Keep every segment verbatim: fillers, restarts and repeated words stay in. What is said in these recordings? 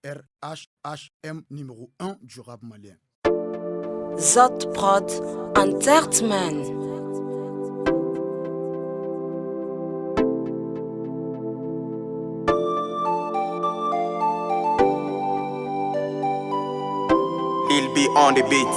R H H M numéro un du rap malien. Zot Prod Entertainment. Lil B on the beat.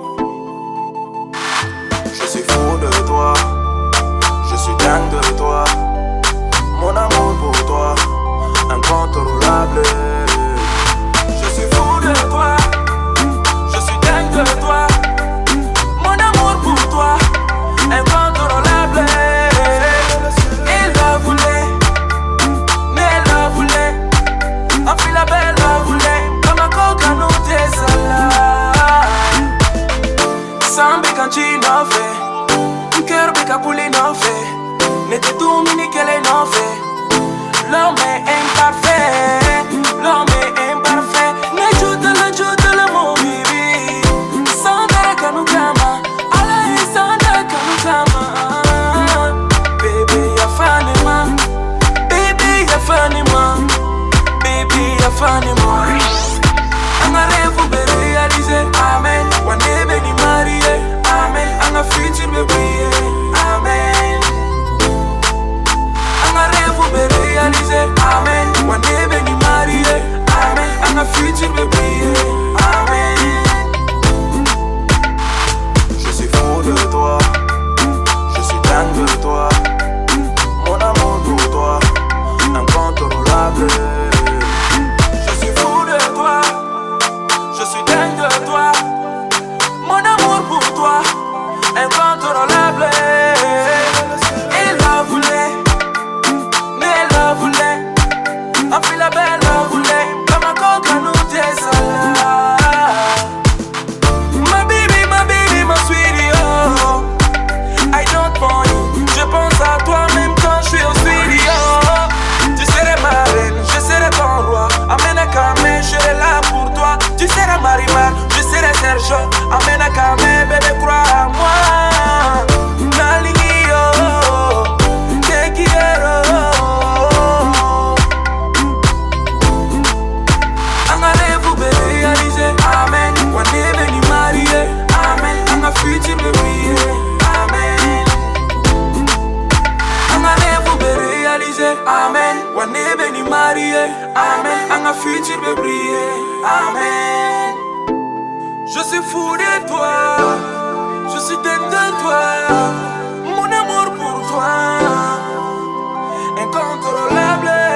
Je suis fou de toi, je suis dingue de toi. Mon amour pour toi, incontrôlable. Je suis fou de toi, je suis dingue de toi. Mon amour pour toi, incontrôlable. Il la voulait, mais elle la voulait. En fil la belle la voulait, comme un coca nous désalade. Sans bécanchi non fait, un cœur bécapouli non fait. N'était tout mini qu'elle est non fait. L'homme est imparfait, l'homme est imparfait. N'ajoute-le, ajoute-le mon bébé. Sandra Kanukama, Allah est Sandra Kanukama. Baby y'a fanima, baby y'a fanima, baby y'a fanima. Anga rêve be réaliser, amen. One day beni marié, amen. Anga futur be briller, amen. Anga rêve be réaliser, amen. One day beni marié, amen. Anga futur be briller, amen. Je suis fou de toi, je suis dingue de toi. Mon amour pour toi, incontrôlable. Je suis fou de toi, je suis dingue de toi. Mon amour pour toi, incontrôlable. Il la voulait, mais elle la voulait. En fil la belle la voulait, comme un coca nous désalade. Ma baby, ma baby, ma sweetie, oh. I don't want you, je pense à toi même quand je suis au studio. Tu serais ma reine, je serais ton roi. Amena Kame, je serai là pour toi. Tu seras Marimar, je serai Sergio. Amena Kame, bébé, crois à moi. Naligio, te quiero. Anga rêve be réaliser, amen. One day beni marié, amen. Anga futur be briller, amen. Anga rêve be réaliser, amen. One day beni marié, amen. Anga futur be briller, amen. Je suis fou de toi, je suis dingue de toi. Mon amour pour toi, incontrôlable.